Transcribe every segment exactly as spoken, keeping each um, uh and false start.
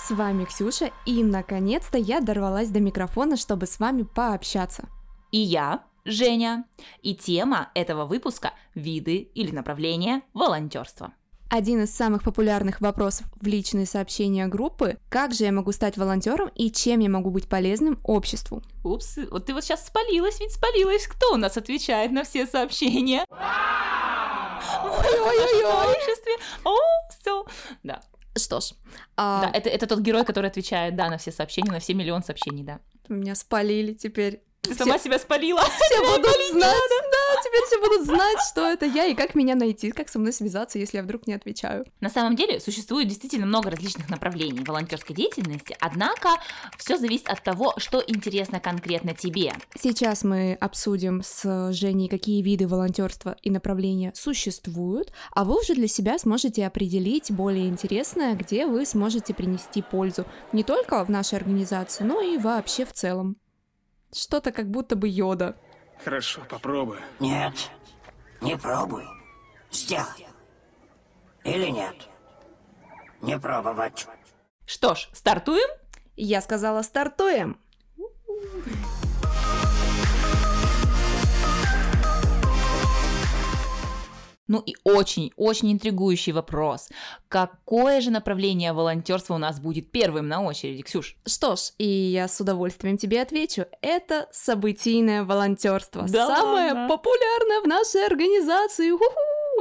С вами Ксюша, и наконец-то я дорвалась до микрофона, чтобы с вами пообщаться. И я, Женя, и тема этого выпуска – виды или направления волонтерства. Один из самых популярных вопросов в личные сообщения группы – как же я могу стать волонтером и чем я могу быть полезным обществу? Упс, вот ты вот сейчас спалилась, ведь спалилась. Кто у нас отвечает на все сообщения? Ой-ой-ой! О, все. Да. Что ж, Да, а, это, это тот герой, который отвечает, да, на все сообщения, на все миллион сообщений, да. меня спалили теперь. Ты сама себя спалила. Все будут знать, да, теперь все будут знать, что это я и как меня найти, как со мной связаться, если я вдруг не отвечаю. На самом деле существует действительно много различных направлений волонтерской деятельности, однако все зависит от того, что интересно конкретно тебе. Сейчас мы обсудим с Женей, какие виды волонтерства и направления существуют, а вы уже для себя сможете определить более интересное, где вы сможете принести пользу не только в нашей организации, но и вообще в целом. Что-то как будто бы Йода. Хорошо, попробую. Нет, не пробуй. Сделай. Или нет? Не пробовать. Что ж, стартуем? Я сказала, стартуем! Ну и очень-очень интригующий вопрос. Какое же направление волонтерства у нас будет первым на очереди, Ксюш? Что ж, и я с удовольствием тебе отвечу. Это событийное волонтерство. Да Самое ладно? популярное в нашей организации. Ху-ху!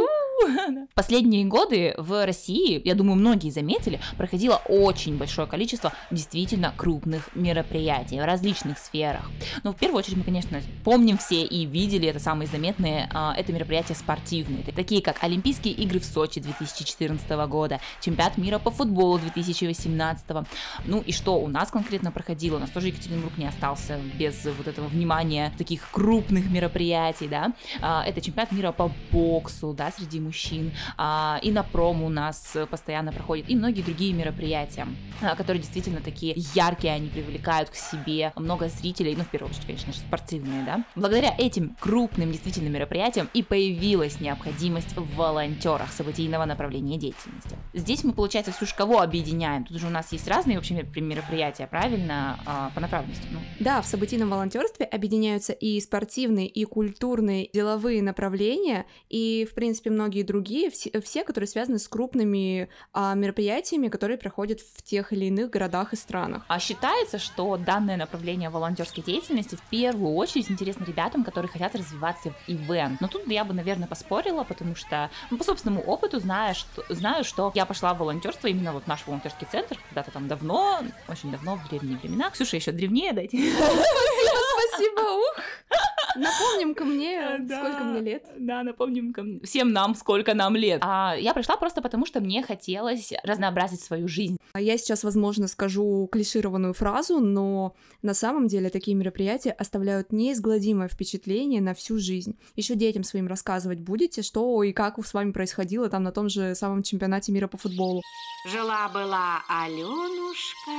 В последние годы в России, я думаю, многие заметили, проходило очень большое количество действительно крупных мероприятий в различных сферах. Но в первую очередь мы, конечно, помним все и видели, это самые заметные, это мероприятия спортивные, такие как Олимпийские игры в Сочи две тысячи четырнадцатого года, Чемпионат мира по футболу две тысячи восемнадцатого. Ну и что у нас конкретно проходило? У нас тоже Екатеринбург не остался без вот этого внимания таких крупных мероприятий, да. Это Чемпионат мира по боксу, да, среди мужчин, а, и на пром у нас постоянно проходит, и многие другие мероприятия, а, которые действительно такие яркие, они привлекают к себе много зрителей, ну, в первую очередь, конечно же, спортивные, да. Благодаря этим крупным действительно мероприятиям и появилась необходимость в волонтерах событийного направления деятельности. Здесь мы, получается, Ксюш, кого объединяем? Тут же у нас есть разные вообще мероприятия, правильно, а, по направленности? Ну. Да, в событийном волонтерстве объединяются и спортивные, и культурные, деловые направления, и, в принципе, многие другие, все, все которые связаны с крупными а, мероприятиями, которые проходят в тех или иных городах и странах. А считается, что данное направление волонтерской деятельности в первую очередь интересно ребятам, которые хотят развиваться в ивент. Но тут я бы, наверное, поспорила, потому что ну, по собственному опыту знаю что, знаю, что я пошла в волонтерство, именно вот наш волонтерский центр, когда-то там давно, очень давно, в древние времена. Ксюша, еще древнее дайте. Спасибо, спасибо, ух! Напомним-ка мне, сколько мне лет. Да, напомним-ка всем нам, сколько нам лет. А я пришла просто потому, что мне хотелось разнообразить свою жизнь. Я сейчас, возможно, скажу клишированную фразу, но на самом деле такие мероприятия оставляют неизгладимое впечатление на всю жизнь. Еще детям своим рассказывать будете, что и как с вами происходило там на том же самом чемпионате мира по футболу. Жила-была Алёнушка,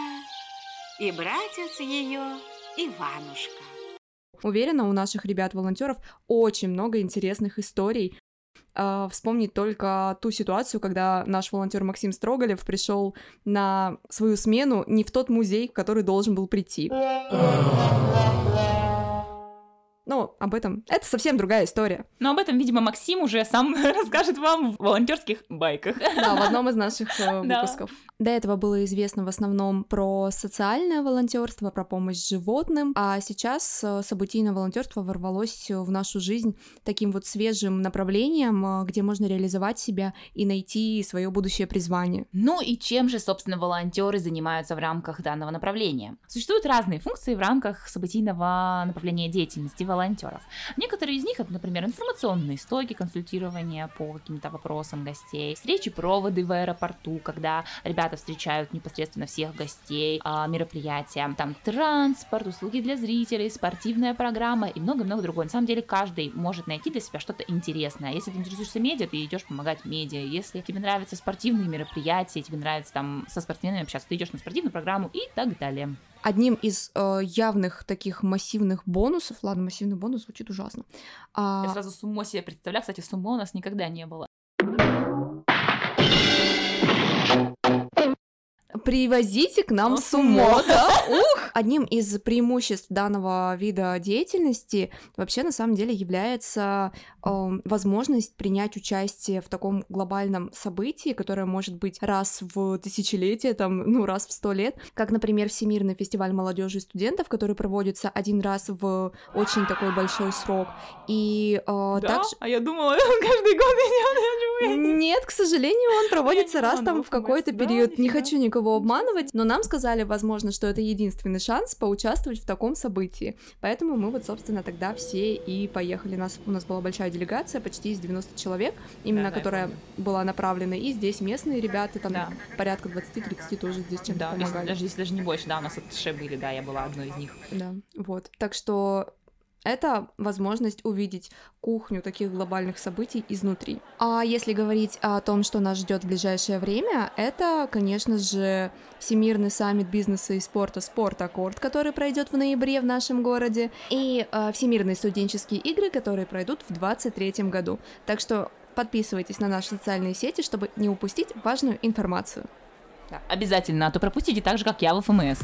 и братец ее Иванушка. Уверена, у наших ребят-волонтеров очень много интересных историй. Uh, вспомнить только ту ситуацию, когда наш волонтер Максим Строгалев пришел на свою смену не в тот музей, в который должен был прийти. Ну, об этом. Это совсем другая история. Но об этом, видимо, Максим уже сам расскажет вам в волонтерских байках. Да, в одном из наших э, выпусков. Да. До этого было известно в основном про социальное волонтерство, про помощь животным, а сейчас э, событийное волонтерство ворвалось в нашу жизнь таким вот свежим направлением, э, где можно реализовать себя и найти свое будущее призвание. Ну и чем же, собственно, волонтеры занимаются в рамках данного направления? Существуют разные функции в рамках событийного направления деятельности волонтеров. Некоторые из них, это, например, информационные стоки, консультирование по каким-то вопросам гостей, встречи-проводы в аэропорту, когда ребята встречают непосредственно всех гостей, мероприятия, там транспорт, услуги для зрителей, спортивная программа и много-много другого. На самом деле каждый может найти для себя что-то интересное. Если ты интересуешься медиа, ты идешь помогать медиа. Если тебе нравятся спортивные мероприятия, тебе нравится там со спортсменами общаться, ты идешь на спортивную программу и так далее. Одним из э, явных таких массивных бонусов, ладно, массивный бонус звучит ужасно. А... Я сразу сумо себе представляю, кстати, сумо у нас никогда не было. Привозите к нам сумо, да? Ух! Одним из преимуществ данного вида деятельности вообще на самом деле является э, возможность принять участие в таком глобальном событии, которое может быть раз в тысячелетие, там, ну, раз в сто лет, как, например, Всемирный фестиваль молодежи и студентов, который проводится один раз в очень такой большой срок. И э, да? также... А я думала, каждый год идет. Нет, к сожалению, он проводится раз там в какой-то период. Не хочу никого обманывать, но нам сказали, возможно, что это единственный шанс поучаствовать в таком событии. Поэтому мы вот, собственно, тогда все и поехали. Нас, у нас была большая делегация, почти из девяноста человек, именно да, которая да, была направлена. И здесь местные ребята, там да. порядка двадцать-тридцать тоже здесь чем-то да, помогали. Даже, если даже не больше, да, у нас атташе были, да, я была одной из них. Да, вот. Так что... это возможность увидеть кухню таких глобальных событий изнутри. А если говорить о том, что нас ждет в ближайшее время, это, конечно же, Всемирный саммит бизнеса и спорта «Спорт-Аккорд», который пройдет в ноябре в нашем городе, и э, Всемирные студенческие игры, которые пройдут в двадцать третьем году. Так что подписывайтесь на наши социальные сети, чтобы не упустить важную информацию. Да, обязательно, а то пропустите так же, как я в эф эм эс.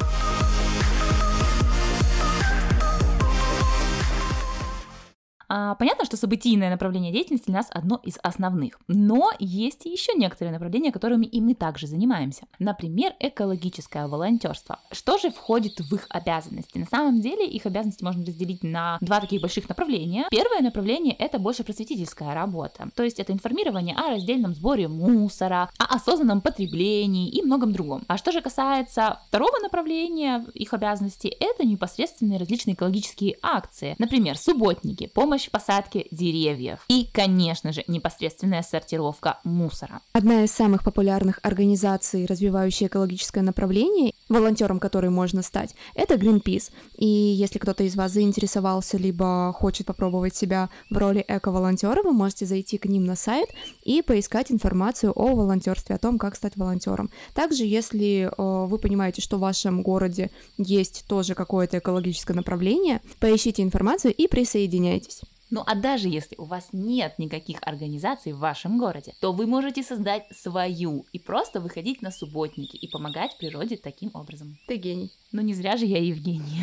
Понятно, что событийное направление деятельности для нас одно из основных, но есть еще некоторые направления, которыми и мы также занимаемся. Например, экологическое волонтерство. Что же входит в их обязанности? На самом деле их обязанности можно разделить на два таких больших направления. Первое направление — это больше просветительская работа, то есть это информирование о раздельном сборе мусора, о осознанном потреблении и многом другом. А что же касается второго направления их обязанностей, это непосредственные различные экологические акции, например, субботники, помощь в посадке деревьев и, конечно же, непосредственная сортировка мусора. Одна из самых популярных организаций, развивающая экологическое направление, волонтером которой можно стать, это Greenpeace. И если кто-то из вас заинтересовался, либо хочет попробовать себя в роли эко-волонтера, вы можете зайти к ним на сайт и поискать информацию о волонтерстве, о том, как стать волонтером. Также, если э, вы понимаете, что в вашем городе есть тоже какое-то экологическое направление, поищите информацию и присоединяйтесь. Ну а даже если у вас нет никаких организаций в вашем городе, то вы можете создать свою и просто выходить на субботники и помогать природе таким образом. Ты гений. Ну не зря же я Евгения.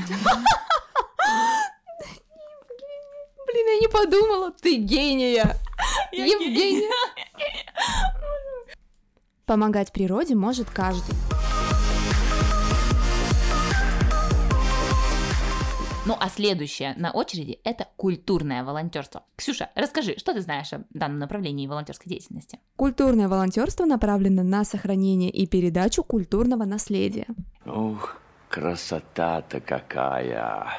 Блин, я не подумала. Ты гения. Евгения. Помогать природе может каждый. Ну а следующее на очереди – это культурное волонтерство. Ксюша, расскажи, что ты знаешь о данном направлении волонтерской деятельности? Культурное волонтерство направлено на сохранение и передачу культурного наследия. Ух, красота-то какая,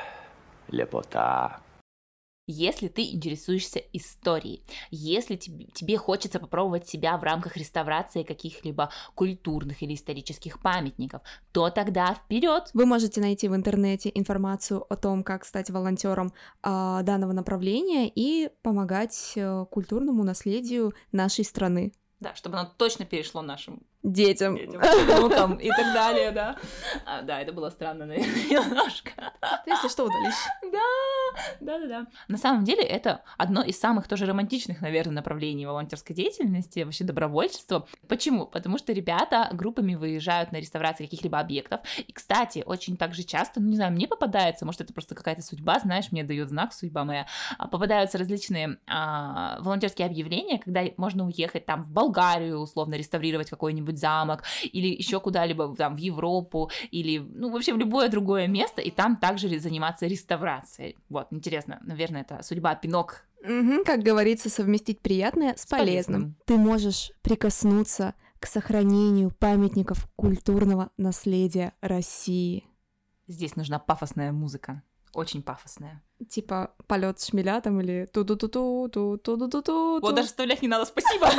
лепота. Если ты интересуешься историей, если тебе, тебе хочется попробовать себя в рамках реставрации каких-либо культурных или исторических памятников, то тогда вперед! Вы можете найти в интернете информацию о том, как стать волонтером э, данного направления и помогать э, культурному наследию нашей страны. Да, чтобы оно точно перешло нашим детям, детям, внукам и так далее, да. А, да, это было странно, наверное, немножко. Ты, если что, удалишь. Да, да, да, да. На самом деле это одно из самых тоже романтичных, наверное, направлений волонтерской деятельности, вообще добровольчества. Почему? Потому что ребята группами выезжают на реставрации каких-либо объектов. И, кстати, очень так же часто, ну, не знаю, мне попадается, может, это просто какая-то судьба, знаешь, мне дает знак судьба моя, попадаются различные а, волонтерские объявления, когда можно уехать там в Болгарию, условно, реставрировать какой-нибудь замок, или еще куда-либо там в Европу, или, ну, вообще в любое другое место, и там также заниматься реставрацией. Вот, интересно, наверное, это судьба Пинок. Угу, как говорится, совместить приятное с, с полезным. полезным. Ты можешь прикоснуться к сохранению памятников культурного наследия России. Здесь нужна пафосная музыка, очень пафосная. Типа полет шмеля там или ту-ду-ту-ту, ту-ду-ту-ту. Вот даже вставлять не надо, спасибо.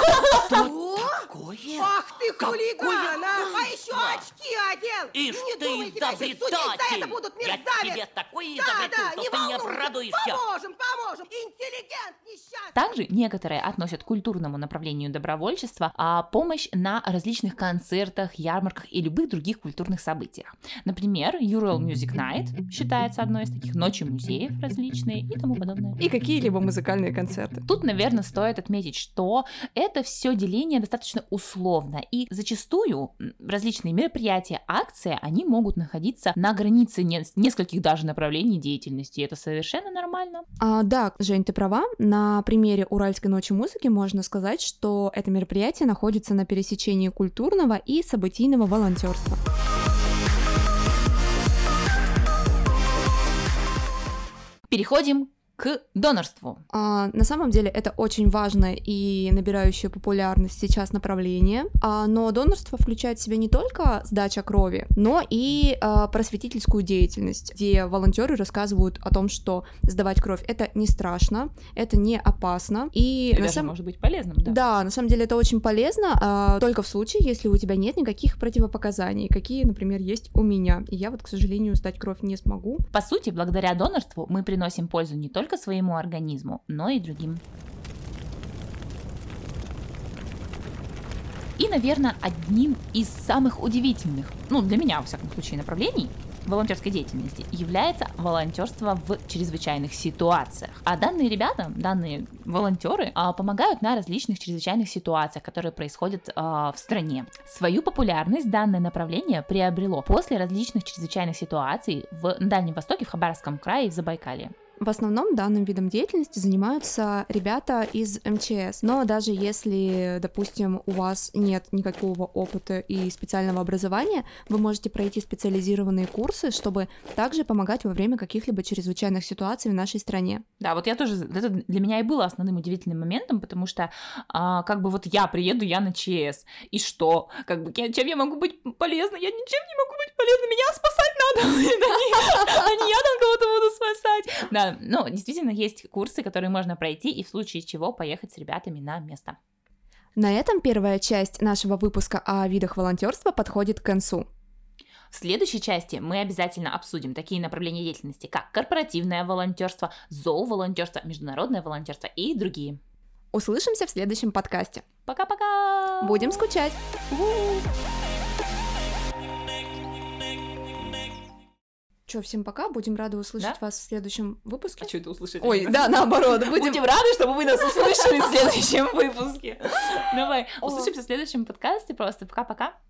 Какое? Ах ты хулиган, а еще очки одел! Ишь Не ты думайте, что судить за это будут мерзавец! Я тебе такой Да, изобрету, да, что не ты не волнуйся, обрадуешься. поможем, поможем! Интеллигент несчастный! Также некоторые относят к культурному направлению добровольчества а помощь на различных концертах, ярмарках и любых других культурных событиях. Например, Ural Music Night считается одной из таких ночи музеев различные и тому подобное. И какие-либо музыкальные концерты. Тут, наверное, стоит отметить, что это все деление достаточно условно, и зачастую различные мероприятия, акции, они могут находиться на границе не- нескольких даже направлений деятельности, и это совершенно нормально. А, да, Жень, ты права. На примере Уральской ночи музыки можно сказать, что это мероприятие находится на пересечении культурного и событийного волонтерства. Переходим к донорству. А, на самом деле это очень важное и набирающее популярность сейчас направление, а, но донорство включает в себя не только сдача крови, но и а, просветительскую деятельность, где волонтеры рассказывают о том, что сдавать кровь это не страшно, это не опасно и, И на даже самом... может быть полезным, да. Да, на самом деле это очень полезно, а, только в случае, если у тебя нет никаких противопоказаний, какие, например, есть у меня, и я вот, к сожалению, сдать кровь не смогу. По сути, благодаря донорству мы приносим пользу не только своему организму, но и другим. И, наверное, одним из самых удивительных, ну, для меня, во всяком случае, направлений волонтерской деятельности является волонтерство в чрезвычайных ситуациях. А данные ребята, данные волонтеры а, помогают на различных чрезвычайных ситуациях, которые происходят а, в стране. Свою популярность данное направление приобрело после различных чрезвычайных ситуаций в на Дальнем Востоке, в Хабаровском крае и в Забайкалье. В основном данным видом деятельности занимаются ребята из эм че эс, но даже если, допустим, у вас нет никакого опыта и специального образования, вы можете пройти специализированные курсы, чтобы также помогать во время каких-либо чрезвычайных ситуаций в нашей стране. Да, вот я тоже, это для меня и было основным удивительным моментом, потому что а, как бы вот я приеду, я на че эс, и что? Как бы чем я могу быть полезна? Я ничем не могу быть полезна, меня спасать надо, а не я там кого-то буду спасать. Да, ну, действительно, есть курсы, которые можно пройти, и в случае чего поехать с ребятами на место. На этом первая часть нашего выпуска о видах волонтерства подходит к концу. В следующей части мы обязательно обсудим такие направления деятельности, как корпоративное волонтерство, зооволонтерство, международное волонтерство и другие. Услышимся в следующем подкасте. Пока-пока! Будем скучать! Че, всем пока, будем рады услышать Да? вас в следующем выпуске. А что это услышать? Ой, да, наоборот, будем... Будем рады, чтобы вы нас услышали в следующем выпуске. Давай, О. услышимся в следующем подкасте. Просто пока-пока.